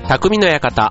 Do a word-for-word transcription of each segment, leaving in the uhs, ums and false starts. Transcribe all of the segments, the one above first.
匠の館。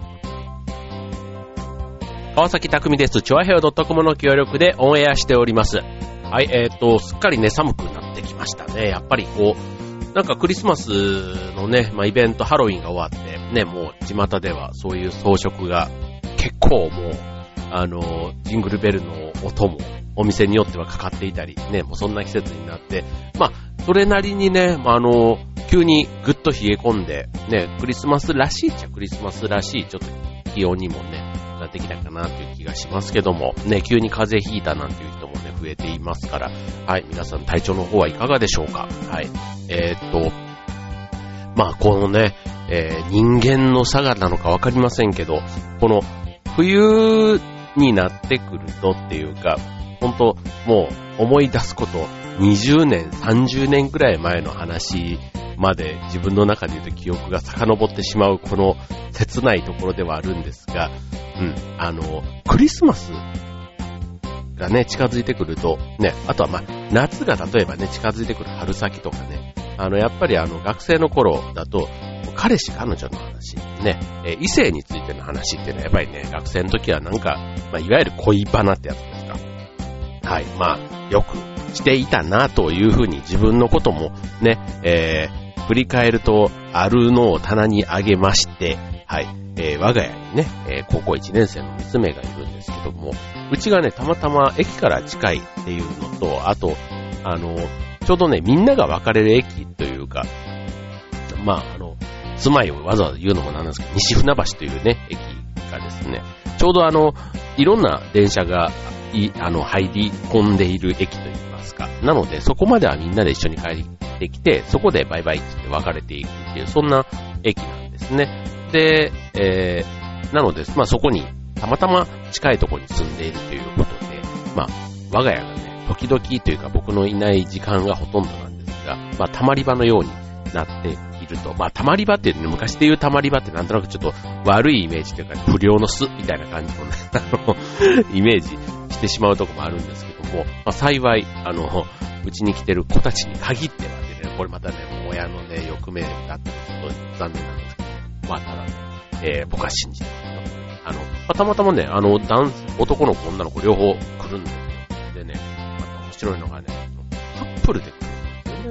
川崎匠です。チョアヘオ .com の協力でオンエアしております。はい、えーと、すっかりね、寒くなってきましたね。やっぱりこう、なんかクリスマスのね、まあ、イベント、ハロウィンが終わって、ね、もう巷ではそういう装飾が結構もう、あの、ジングルベルの音もお店によってはかかっていたり、ね、もうそんな季節になって、まあ、それなりにね、まあ、あの、急にぐっと冷え込んで、ね、クリスマスらしいっちゃクリスマスらしい、ちょっと気温にもね、なってきたかなという気がしますけども、ね、急に風邪ひいたなんていう人もね、増えていますから、はい、皆さん体調の方はいかがでしょうか。はい、えー、っと、まあ、このね、えー、人間の差がなのかわかりませんけど、この冬になってくるとっていうか、本当もう思い出すことにじゅうねん、さんじゅうねんぐらい前の話まで自分の中で言うと記憶が遡ってしまうこの切ないところではあるんですが、うん、あの、クリスマスがね、近づいてくると、ね、あとはまあ、夏が例えばね、近づいてくる春先とかね、あの、やっぱりあの、学生の頃だと、彼氏、彼女の話、ね、え異性についての話っていうのはやっぱりね、学生の時はなんか、まあ、いわゆる恋バナってやつですか。はい、まあ、よくしていたなというふうに自分のこともね、えー、振り返ると、あるのを棚にあげまして、はい、えー、我が家にね、えー、高校いちねん生の娘がいるんですけども、うちがね、たまたま駅から近いっていうのと、あと、あの、ちょうどね、みんなが別れる駅というか、まあ、あの、住まいをわざわざ言うのもなんですけど、西船橋というね、駅がですね、ちょうどあの、いろんな電車がいあの入り込んでいる駅といいますか、なのでそこまではみんなで一緒に帰ってきて、そこでバイバイって別れていくっていう、そんな駅なんですね。で、えー、なので、まあそこにたまたま近いところに住んでいるということで、まあ我が家がね、時々というか僕のいない時間がほとんどなんですが、まあたまり場のようになっていると、まあたまり場っていうね、昔で言うたまり場ってなんとなくちょっと悪いイメージというか、不良の巣みたいな感じのね、あのイメージしてしまうところもあるんですけども、まあ幸いあのうちに来てる子たちに限ってはね、これまたね、親のね欲目だったらちょっと残念なんですけど、まあただ、えー、僕は信じてますよ。あの、まあ、たまたまね、あの男男の子女の子両方来るんですよ。でね、また面白いのがね、カップルで来るんですよね。うん、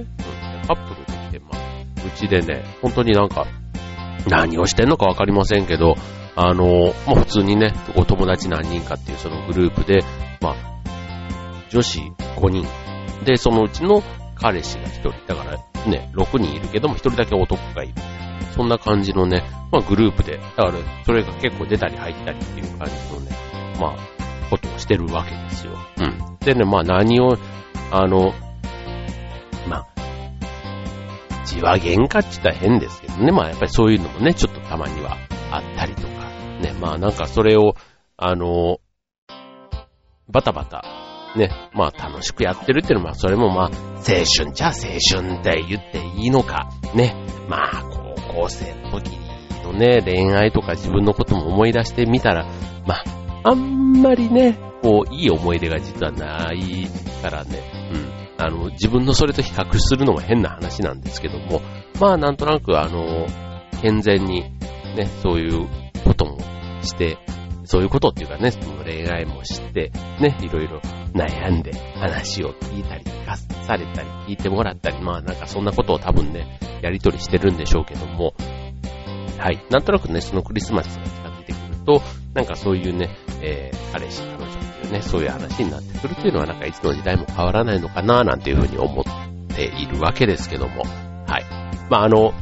カップルで来て、まあうちでね、本当になんか、何をしてんのかわかりませんけど、あの、まあ、普通にね、お友達何人かっていうそのグループで、まあ、女子ごにん。で、そのうちの彼氏がひとり。だからね、ろくにんいるけどもひとりだけ男がいる。そんな感じのね、まあグループで、だからそれが結構出たり入ったりっていう感じのね、まあ、ことをしてるわけですよ。うん。でね、まあ何を、あの、まあ、血は喧嘩って言ったら変ですけどね。まあやっぱりそういうのもね、ちょっとたまにはあったりとか。ね、まあなんかそれを、あの、バタバタ、ね、まあ楽しくやってるっていうのは、まあそれもまあ青春じゃ青春って言っていいのか。ね、まあ高校生の時のね、恋愛とか自分のことも思い出してみたら、まああんまりね、こういい思い出が実はないからね、うん。あの、自分のそれと比較するのも変な話なんですけども、まあなんとなくあの、健全にね、そういうこともして、そういうことっていうかね、恋愛もして、ね、いろいろ悩んで話を聞いたり、聞かされたり、聞いてもらったり、まあなんかそんなことを多分ね、やりとりしてるんでしょうけども、はい、なんとなくね、そのクリスマスが近づいてくると、なんかそういうね、えー、彼氏、彼女っていうね、そういう話になってくるっていうのはなんかいつの時代も変わらないのかななんていうふうに思っているわけですけども、はい。まああの、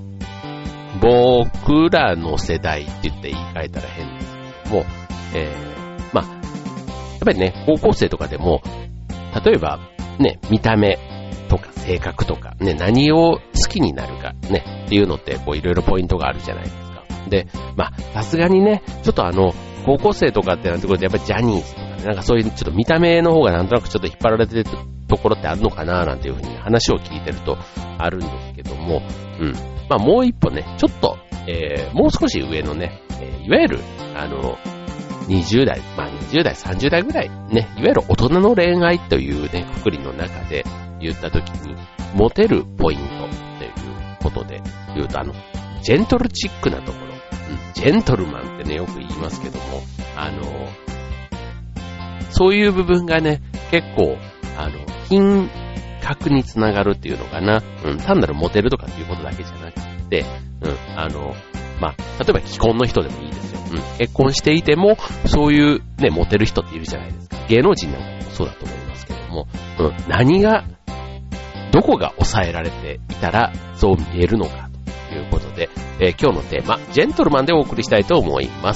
僕らの世代って言って言い換えたら変ですけども、えー、まあ、やっぱりね、高校生とかでも、例えばね、見た目とか性格とか、ね、何を好きになるかね、っていうのってこういろいろポイントがあるじゃないですか。で、まあ、さすがにね、ちょっとあの、高校生とかってなんてことでやっぱりジャニーズとかね、なんかそういうちょっと見た目の方がなんとなくちょっと引っ張られてるところってあるのかななんていうふうに話を聞いてるとあるんですけども、うん。まあもう一歩ね、ちょっと、えー、もう少し上のね、えー、いわゆる、あの、にじゅう代、まあにじゅう代、さんじゅう代ぐらい、ね、いわゆる大人の恋愛というね、くくりの中で言ったときに、モテるポイントということで言うと、あの、ジェントルチックなところ、うジェントルマンってね、よく言いますけども、あの、そういう部分がね、結構、あの、品格につながるっていうのかな。うん、単なるモテるとかっていうことだけじゃなくて、うん、あの、まあ、例えば既婚の人でもいいですよ。うん、結婚していても、そういうね、モテる人っているじゃないですか。芸能人なんかもそうだと思いますけども、うん、何が、どこが抑えられていたら、そう見えるのかということで、えー、今日のテーマ、ジェントルマンでお送りしたいと思います。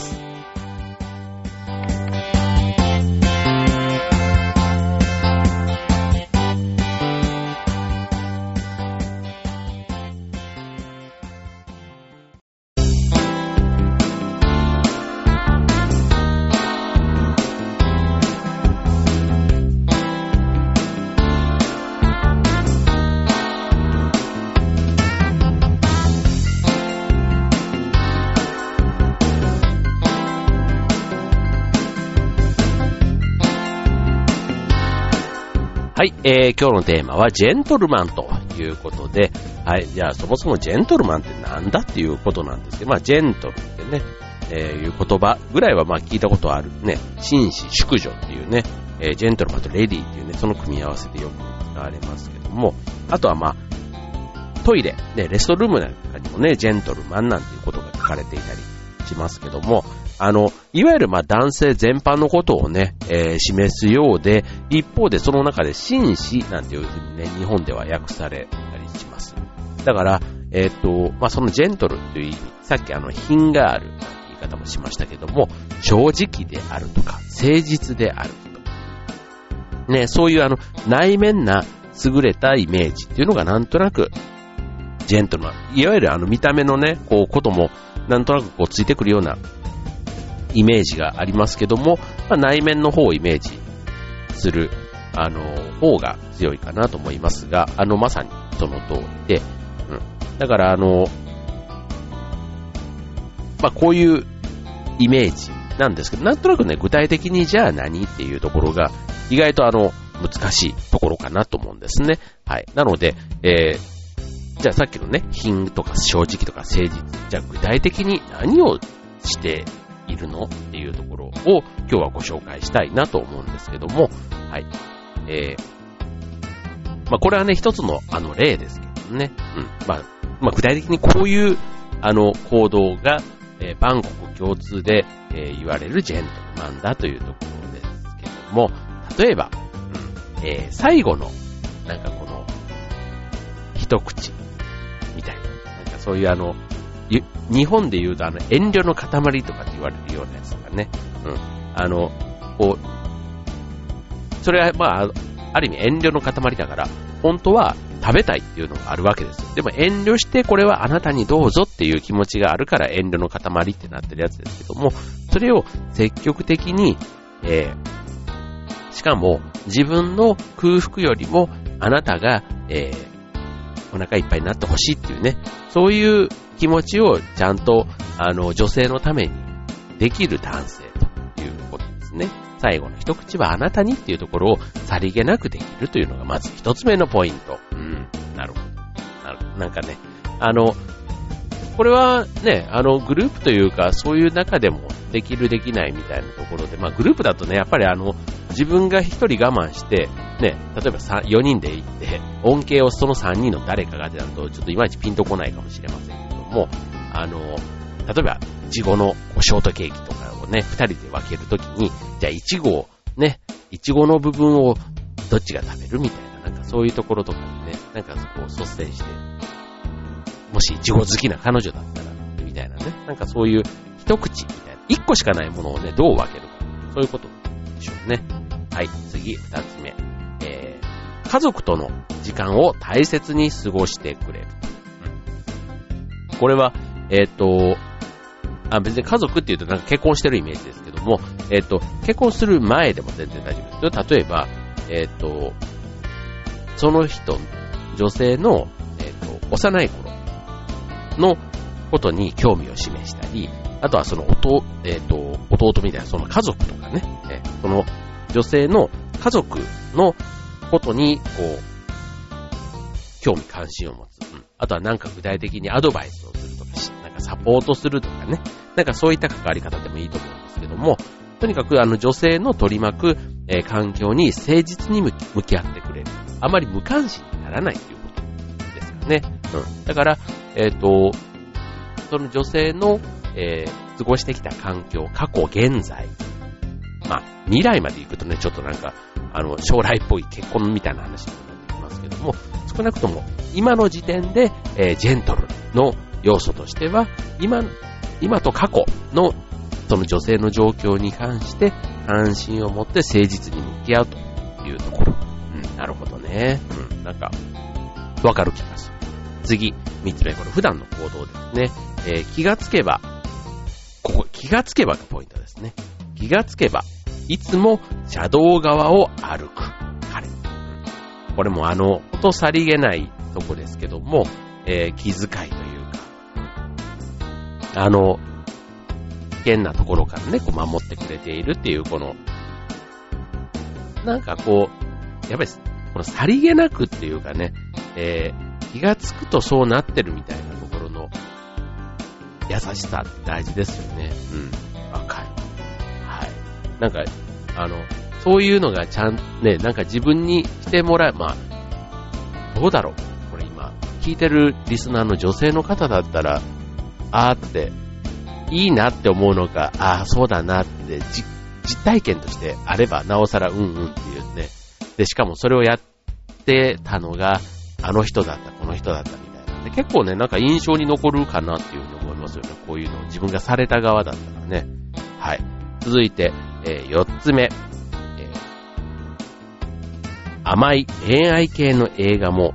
はい、えー、今日のテーマはジェントルマンということで、はい、じゃあそもそもジェントルマンってなんだっていうことなんですけど、まあジェントルってね、えー、いう言葉ぐらいはまあ聞いたことあるね、紳士、淑女っていうね、えー、ジェントルマンとレディーっていうね、その組み合わせでよく使われますけども、あとはまあ、トイレ、ね、レストルームなんかにもね、ジェントルマンなんていうことが書かれていたりしますけども、あの、いわゆるまあ男性全般のことをね、えー、示すようで、一方でその中で紳士なんていうふうにね、日本では訳されたりします。だから、えっと、まあそのジェントルという意味、さっきあの品があるなんて言い方もしましたけども、正直であるとか、誠実であるとか、ね、そういうあの内面な優れたイメージっていうのがなんとなく、ジェントルマン、いわゆるあの見た目のね、こうこともなんとなくこうついてくるようなイメージがありますけども、まあ、内面の方をイメージする、あの、方が強いかなと思いますが、あの、まさにその通りで、うん。だから、あの、まあ、こういうイメージなんですけど、なんとなくね、具体的にじゃあ何っていうところが、意外とあの、難しいところかなと思うんですね。はい。なので、えー、じゃあさっきのね、品とか正直とか誠実、じゃあ具体的に何をしているのっていうところを今日はご紹介したいなと思うんですけども、はい。えー、まあこれはね、一つのあの例ですけどね、うん。まあ、まあ具体的にこういうあの行動が、えー、万国共通で、えー、言われるジェントルマンだというところですけども、例えば、うん、えー、最後のなんかこの一口みたいな、なんかそういうあの日本で言うとあの遠慮の塊とかって言われるようなやつとかね、うん、あのこうそれはまあある意味遠慮の塊だから本当は食べたいっていうのがあるわけですよ。でも遠慮してこれはあなたにどうぞっていう気持ちがあるから遠慮の塊ってなってるやつですけども、それを積極的に、えー、しかも自分の空腹よりもあなたが、えー、お腹いっぱいになってほしいっていうね、そういう気持ちをちゃんとあの女性のためにできる男性ということですね。最後の一口はあなたにっていうところをさりげなくできるというのがまず一つ目のポイント。うん、なるほど。なるほど。なんかね、あのこれはね、あのグループというかそういう中でもできるできないみたいなところで、まあグループだとね、やっぱりあの自分が一人我慢してね、例えばよにんで行って恩恵をそのさんにんの誰かがでなるとちょっといまいちピンとこないかもしれませんけども、あの例えばいちごのショートケーキとかをねふたりで分けるときに、じゃあいちごをね、いちごの部分をどっちが食べるみたいな、なんかそういうところとかでね、なんかこう率先して、もしいちご好きな彼女だったらみたいなね、なんかそういう一口みたいな、いっこしかないものをねどう分けるか、そういうことでしょうね。はい、次ふたつめ、えー、家族との時間を大切に過ごしてくれる。うん、これはえっとあ別に家族っていうとなんか結婚してるイメージですけども、えっと結婚する前でも全然大丈夫ですよ。例えばえっとその人女性のえっと幼い頃のことに興味を示したり、あとはその弟、えっと、弟みたいなその家族とかね、えその女性の家族のことにこう興味関心を持つ、うん、あとはなんか具体的にアドバイスをするとか、なんかサポートするとかね、 なんかそういった関わり方でもいいと思うんですけども、とにかくあの女性の取り巻く、えー、環境に誠実に向き合ってくれる。あまり無関心にならないということですかね。うん。だから、えっと、その女性の、えー、過ごしてきた環境、過去、現在、まあ、未来まで行くとね、ちょっとなんか、あの、将来っぽい結婚みたいな話になってきますけども、少なくとも、今の時点で、えー、ジェントルの要素としては、今、今と過去の、その女性の状況に関して、関心を持って誠実に向き合うというところ。うん、なるほどね。うん、なんか、わかる気がする。次、三つ目、これ普段の行動ですね。えー、気がつけば、ここ、気がつけばがポイントですね。気がつけば、いつも車道側を歩く彼。これもあの、ほとさりげないとこですけども、えー、気遣いというか、あの、危険なところからね、こう守ってくれているっていう、この、なんかこう、やっぱり、このさりげなくっていうかね、えー、気がつくとそうなってるみたいなところの優しさ大事ですよね。うん。わかる。はい。なんか、あの、そういうのがちゃん、ね、なんか自分にしてもらう、まあ、どうだろう。これ今、聞いてるリスナーの女性の方だったら、あーって、いいなって思うのか、ああ、そうだなって、実体験としてあれば、なおさらうんうんっていうね。で、しかもそれをやってたのが、あの人だった、この人だったみたいな。で、結構ね、なんか印象に残るかなっていうふうに思いますよね。こういうの。自分がされた側だったらね。はい。続いて、えー、よっつめ。えー、甘い恋愛系の映画も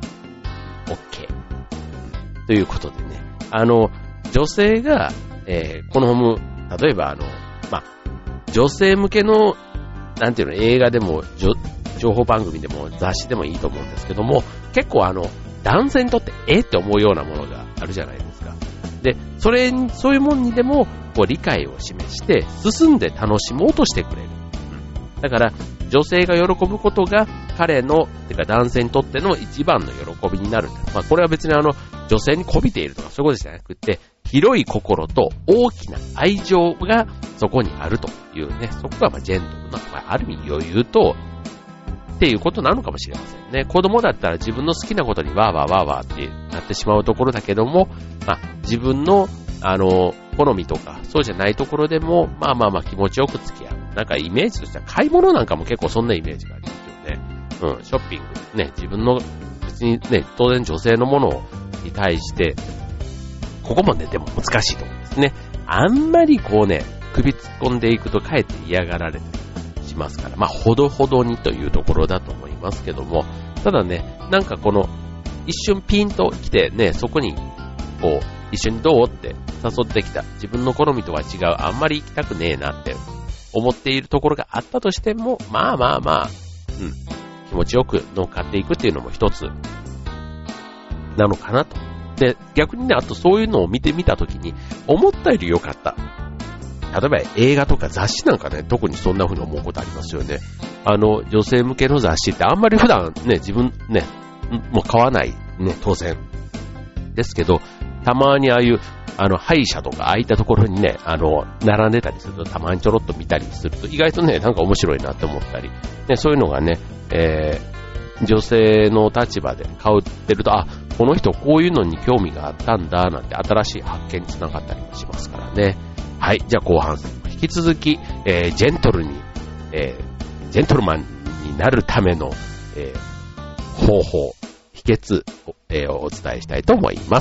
OK。ということでね。あの、女性が、えー、この本、例えばあの、まあ、女性向けの、なんていうの、映画でも、情報番組でも雑誌でもいいと思うんですけども、結構あの、男性にとってえって思うようなものがあるじゃないですか。で、それに、そういうものにでも、こう理解を示して、進んで楽しもうとしてくれる。うん、だから、女性が喜ぶことが、彼の、てか男性にとっての一番の喜びになるんです。まあ、これは別にあの、女性に媚びているとかそういうことじゃなくて、広い心と大きな愛情がそこにあるというね、そこがまあジェントルな、まあ、ある意味余裕と、っていうことなのかもしれませんね。子供だったら自分の好きなことにわーわーわーわーってなってしまうところだけども、まあ、自分の、あの、好みとか、そうじゃないところでも、まあまあまあ気持ちよく付き合う。なんかイメージとしては買い物なんかも結構そんなイメージがありますよね。うん、ショッピング。ね、自分の、別にね、当然女性のものに対して、ここもね、でも難しいと思うんですね。あんまりこうね、首突っ込んでいくとかえって嫌がられたりしますから、まあ、ほどほどにというところだと思いますけども、ただね、なんかこの、一瞬ピンと来てね、そこに、こう、一緒にどうって誘ってきた、自分の好みとは違う、あんまり行きたくねえなって思っているところがあったとしても、まあまあまあ、うん、気持ちよく乗っかっていくっていうのも一つ、なのかなと。で、逆にね、あとそういうのを見てみたときに、思ったより良かった。例えば映画とか雑誌なんかね、特にそんな風に思うことありますよね。あの、女性向けの雑誌ってあんまり普段ね、自分ね、もう買わないね、当然。ですけど、たまにああいう、あの、歯医者とかああいったところにね、あの、並んでたりすると、たまにちょろっと見たりすると、意外とね、なんか面白いなって思ったり、ね、そういうのがね、えー、女性の立場で買ってると、あ、この人こういうのに興味があったんだ、なんて新しい発見につながったりもしますからね。はい、じゃあ後半戦引き続き、えー、ジェントルに、えー、ジェントルマンになるための、えー、方法、秘訣を、えー、お伝えしたいと思います。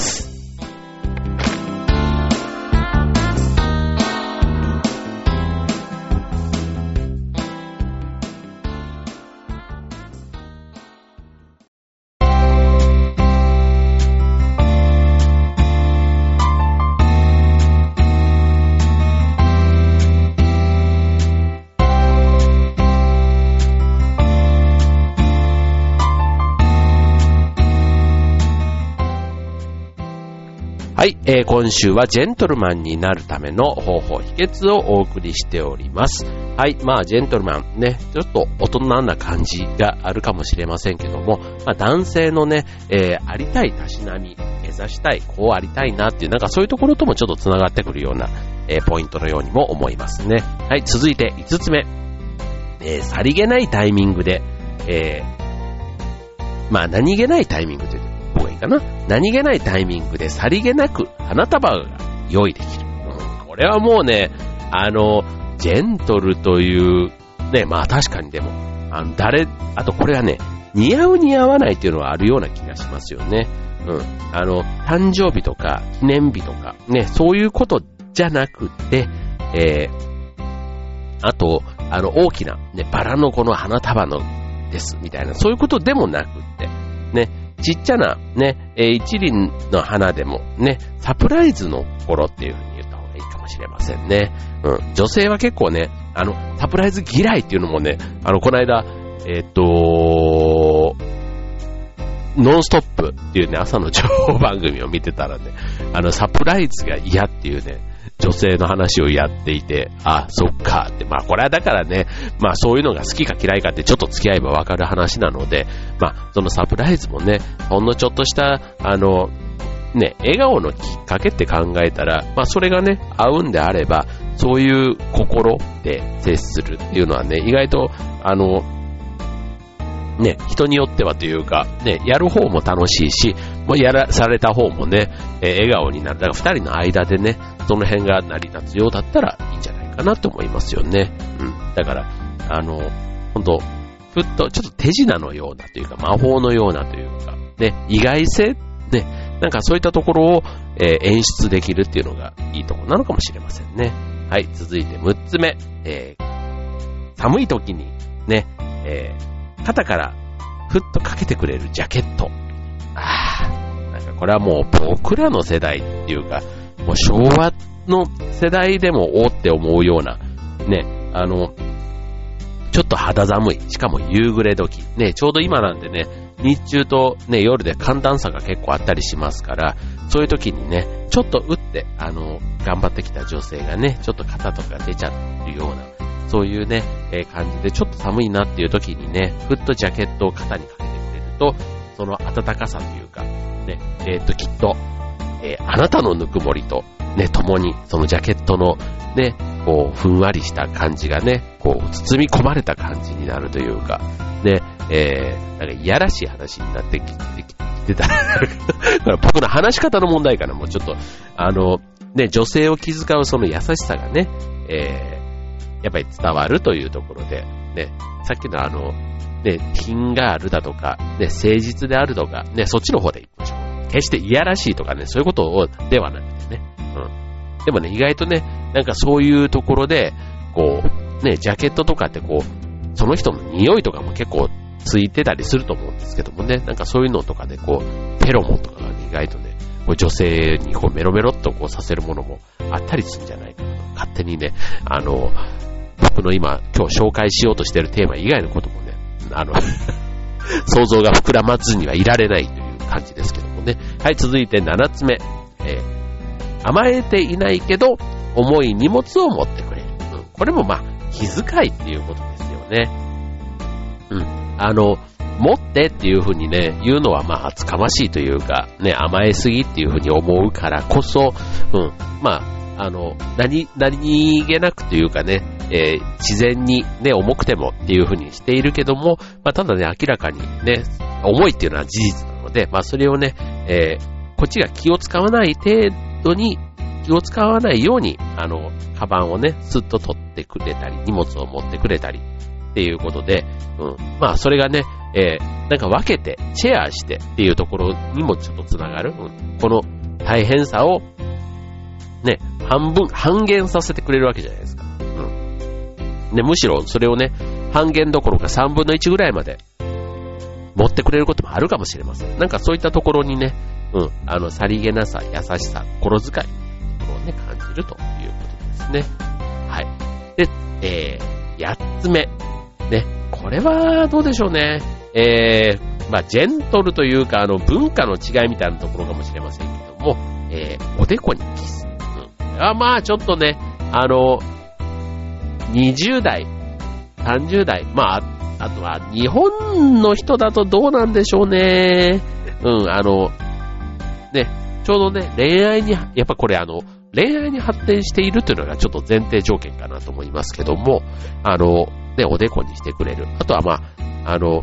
はい、えー、今週はジェントルマンになるための方法、秘訣をお送りしております。はい、まあジェントルマンね、ちょっと大人な感じがあるかもしれませんけども、まあ男性のね、えー、ありたいたしなみ、目指したい、こうありたいなっていう、なんかそういうところともちょっと繋がってくるような、えー、ポイントのようにも思いますね。はい、続いていつつめ、えー、さりげないタイミングで、えー、まあ何気ないタイミングという方がいいかな。何気ないタイミングでさりげなく花束が用意できる。うん、これはもうね、あの、ジェントルという、ね、まあ確かにでも、あの、誰、あとこれはね、似合う似合わないっていうのはあるような気がしますよね。うん。あの、誕生日とか、記念日とか、ね、そういうことじゃなくて、えー、あと、あの、大きな、ね、バラのこの花束のです、みたいな、そういうことでもなくって、ね、ちっちゃな、ね、えー、一輪の花でも、ね、サプライズの頃っていうふうに言った方がいいかもしれませんね。うん。女性は結構ね、あの、サプライズ嫌いっていうのもね、あの、この間、えー、っと、ノンストップっていうね、朝の情報番組を見てたらね、あの、サプライズが嫌っていうね、女性の話をやっていて、あ、そっかって、まあこれはだからね、まあそういうのが好きか嫌いかってちょっと付き合えばわかる話なので、まあそのサプライズもね、ほんのちょっとした、あの、ね、笑顔のきっかけって考えたら、まあそれがね、合うんであれば、そういう心で接するっていうのはね、意外と、あの、ね、人によってはというか、ね、やる方も楽しいし、もうやらされた方もね、えー、笑顔になる。だから二人の間でね、その辺が成り立つようだったらいいんじゃないかなと思いますよね。うん。だから、あの、ほんと、ふっと、ちょっと手品のようなというか、魔法のようなというか、ね、意外性、ね、なんかそういったところを、えー、演出できるっていうのがいいところなのかもしれませんね。はい、続いてむっつめ、えー、寒い時にね、えー肩からふっとかけてくれるジャケット。ああ、なんかこれはもう僕らの世代っていうか、もう昭和の世代でもおって思うような、ね、あの、ちょっと肌寒い、しかも夕暮れ時、ね、ちょうど今なんでね、日中とね、夜で寒暖差が結構あったりしますから、そういう時にね、ちょっと打って、あの、頑張ってきた女性がね、ちょっと肩とか出ちゃってるような、そういうね、えー、感じでちょっと寒いなっていう時にね、ふっとジャケットを肩にかけてくれると、その暖かさというか、ね、えっと、きっと、えー、あなたのぬくもりと、ね、共に、そのジャケットの、ね、こう、ふんわりした感じがね、こう、包み込まれた感じになるというか、ね、えー、なんかいやらしい話になってきてたら、僕の話し方の問題かな、もうちょっと、あの、ね、女性を気遣うその優しさがね、えー、やっぱり伝わるというところで、ね、さっきのあの、ね、品があるだとか、ね、誠実であるとか、ね、そっちの方でいきましょう。決していやらしいとかね、そういうことをではなくてね、うん。でもね、意外とね、なんかそういうところで、こう、ね、ジャケットとかってこう、その人の匂いとかも結構ついてたりすると思うんですけどもね、なんかそういうのとかでこう、フェロモンとかが、ね、意外とね、こう女性にこうメロメロっとこうさせるものもあったりするんじゃないかなと、勝手にね、あの、僕の今、今日紹介しようとしているテーマ以外のこともね、あの、想像が膨らまずにはいられないという感じですけどもね。はい、続いてななつめ。えー、甘えていないけど、重い荷物を持ってくれる。うん、これもまあ、気遣いっていうことですよね。うん。あの、持ってっていうふうにね、言うのはまあ、厚かましいというか、ね、甘えすぎっていうふうに思うからこそ、うん、まあ、あの、何、何気なくというかね、えー、自然にね、重くてもっていう風にしているけども、まあ、ただね、明らかにね、重いっていうのは事実なので、まあ、それをね、えー、こっちが気を使わない程度に、気を使わないように、あの、カバンをね、スッと取ってくれたり、荷物を持ってくれたりっていうことで、うん、まあ、それがね、えー、なんか分けて、シェアしてっていうところにもちょっとつながる、うん、この大変さを、ね、半分、半減させてくれるわけじゃないですか。うん。で、むしろそれをね、半減どころかさんぶんのいちぐらいまで持ってくれることもあるかもしれません。なんかそういったところにね、うん、あの、さりげなさ、優しさ、心遣いところをね、感じるということですね。はい。で、えー、やっつめ。ね、これはどうでしょうね。えー、まあ、ジェントルというか、あの、文化の違いみたいなところかもしれませんけども、ええー、おでこにキス。うん、あまあ、ちょっとね、あの、にじゅう代、さんじゅう代、まあ、あとは日本の人だとどうなんでしょうね。うん、あの、ね、ちょうどね、恋愛に、やっぱこれあの、恋愛に発展しているというのがちょっと前提条件かなと思いますけども、あの、ね、おでこにしてくれる。あとはまあ、あの、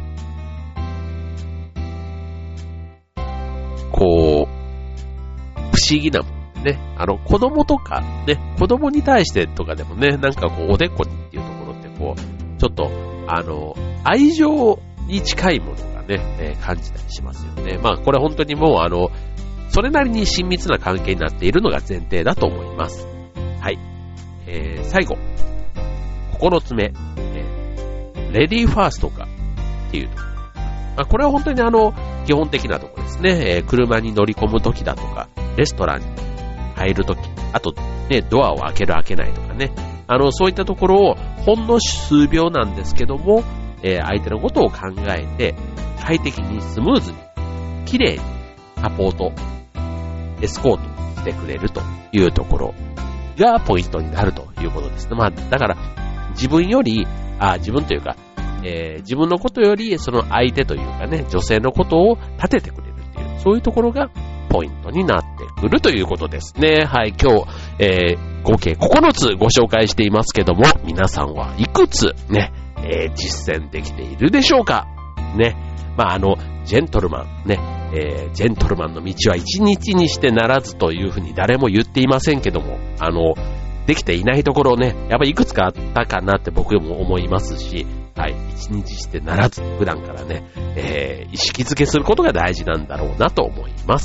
こう、不思議なもんね。あの、子供とか、ね、子供に対してとかでもね、なんかこう、おでこにっていうところってこう、ちょっと、あの、愛情に近いものがね、えー、感じたりしますよね。まあ、これ本当にもう、あの、それなりに親密な関係になっているのが前提だと思います。はい。えー、最後。九つ目。えー、レディーファーストかっていうところ。まあ、これは本当にあの、基本的なところですね。えー、車に乗り込むときだとか、レストランに入るとき、あと、ね、ドアを開ける開けないとかね。あの、そういったところを、ほんの数秒なんですけども、えー、相手のことを考えて、快適にスムーズに、綺麗にサポート、エスコートしてくれるというところがポイントになるということですね。まあ、だから、自分より、あ、自分というか、えー、自分のことより、その相手というかね、女性のことを立ててくれるっていう、そういうところがポイントになってくるということですね。はい、今日、えー、合計ここのつご紹介していますけども、皆さんはいくつね、えー、実践できているでしょうかね。まあ、あの、ジェントルマンね、えー、ジェントルマンの道は一日にしてならずというふうに誰も言っていませんけども、あの、できていないところね、やっぱりいくつかあったかなって僕も思いますし、はい、一日してならず、普段からね、えー、意識づけすることが大事なんだろうなと思います。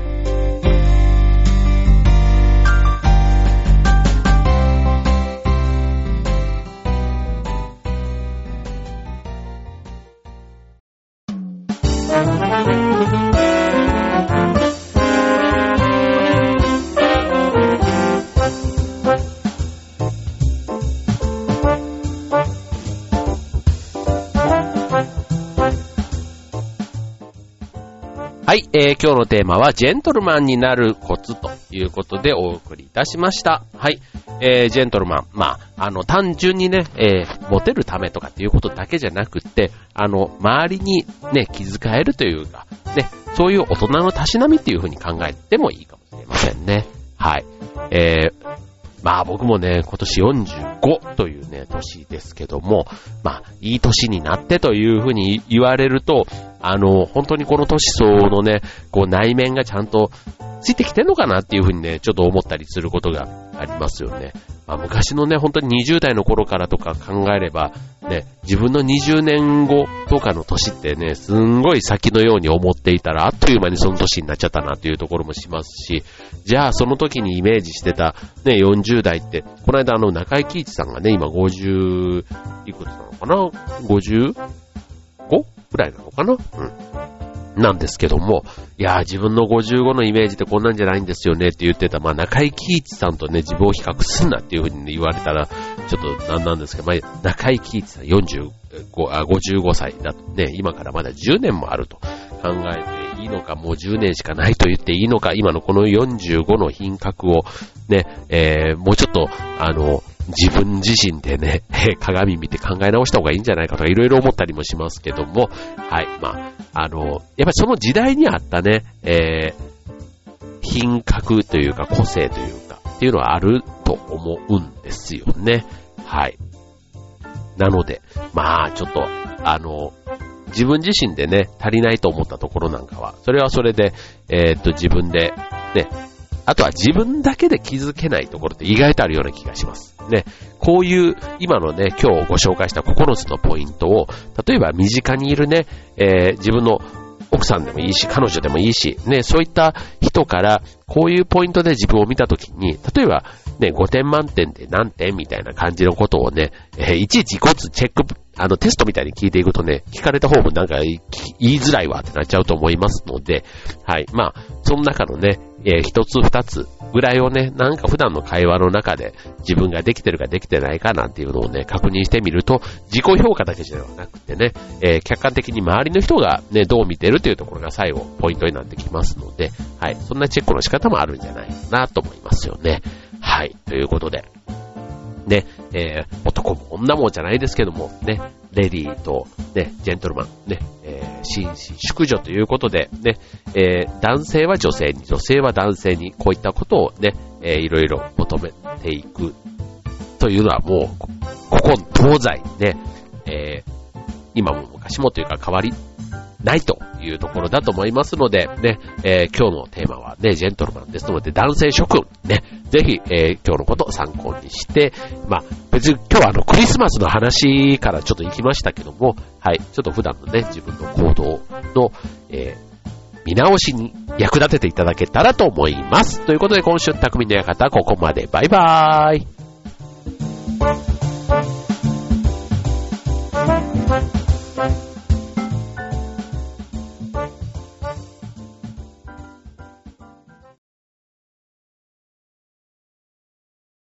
はい、えー、今日のテーマはジェントルマンになるコツということでお送りいたしました。はい、えー、ジェントルマン、まあ、あの単純にね、えー、モテるためとかっていうことだけじゃなくって、あの周りにね気遣えるというか、ね、そういう大人のたしなみっていうふうに考えてもいいかもしれませんね。はい、えー、まあ僕もね今年よんじゅうごというね年ですけども、まあいい年になってというふうに言われると。あの、本当にこの年相のね、こう内面がちゃんとついてきてんのかなっていうふうにね、ちょっと思ったりすることがありますよね。まあ、昔のね、本当ににじゅう代の頃からとか考えれば、ね、自分のにじゅうねんごとかの年ってね、すんごい先のように思っていたら、あっという間にその年になっちゃったなというところもしますし、じゃあその時にイメージしてた、ね、よんじゅう代って、この間あの中井貴一さんがね、今ごじゅういくつなのかな ?ごじゅうご? ぐらいなのかな、うん、なんですけども、いやー自分のごじゅうごのイメージってこんなんじゃないんですよねって言ってた、まあ中井貴一さんとね、自分を比較すんなっていう風に、ね、言われたら、ちょっとなんなんですけど、まあ中井貴一さんよんじゅうご、あ、ごじゅうごさいだとね、今からまだじゅうねんもあると考えていいのか、もうじゅうねんしかないと言っていいのか、今のこのよんじゅうごの品格をね、えー、もうちょっと、あの、自分自身でね、鏡見て考え直した方がいいんじゃないかとかいろいろ思ったりもしますけども、はい、まあ、あの、やっぱりその時代にあったね、えー、品格というか個性というかっていうのはあると思うんですよね。はい。なので、まあちょっと、あの、自分自身でね、足りないと思ったところなんかは、それはそれで、えー、っと自分で、ね、あとは自分だけで気づけないところって意外とあるような気がします。ね、こういう今のね、今日ご紹介したここのつのポイントを、例えば身近にいるね、えー、自分の奥さんでもいいし、彼女でもいいし、ね、そういった人からこういうポイントで自分を見たときに、例えばね、ごてん満点で何点みたいな感じのことをね、えー、いちいち一つチェック、 あの、テストみたいに聞いていくとね、聞かれた方もなんか言いづらいわってなっちゃうと思いますので、はい。まあ、その中のね、えー、一つ二つぐらいをね、なんか普段の会話の中で自分ができてるかできてないかなんていうのをね、確認してみると、自己評価だけじゃなくてね、えー、客観的に周りの人がね、どう見てるというところが最後、ポイントになってきますので、はい。そんなチェックの仕方もあるんじゃないかなと思いますよね。はい。ということで、ね、えー、男も女もじゃないですけども、ね、レディーと、ね、ジェントルマン、ね、えー、紳士、淑女ということで、ね、えー、男性は女性に、女性は男性に、こういったことをね、えー、いろいろ求めていくというのはもう、ここ東西ね、えー、今も昔もというか変わりないというところだと思いますので、ね、えー、今日のテーマはね、ジェントルマンですので、男性諸君、ね、ぜひ、えー、今日のことを参考にして、まあ、別に今日はあの、クリスマスの話からちょっと行きましたけども、はい、ちょっと普段のね、自分の行動の、えー、見直しに役立てていただけたらと思います。ということで、今週、匠の館、ここまで。バイバーイ。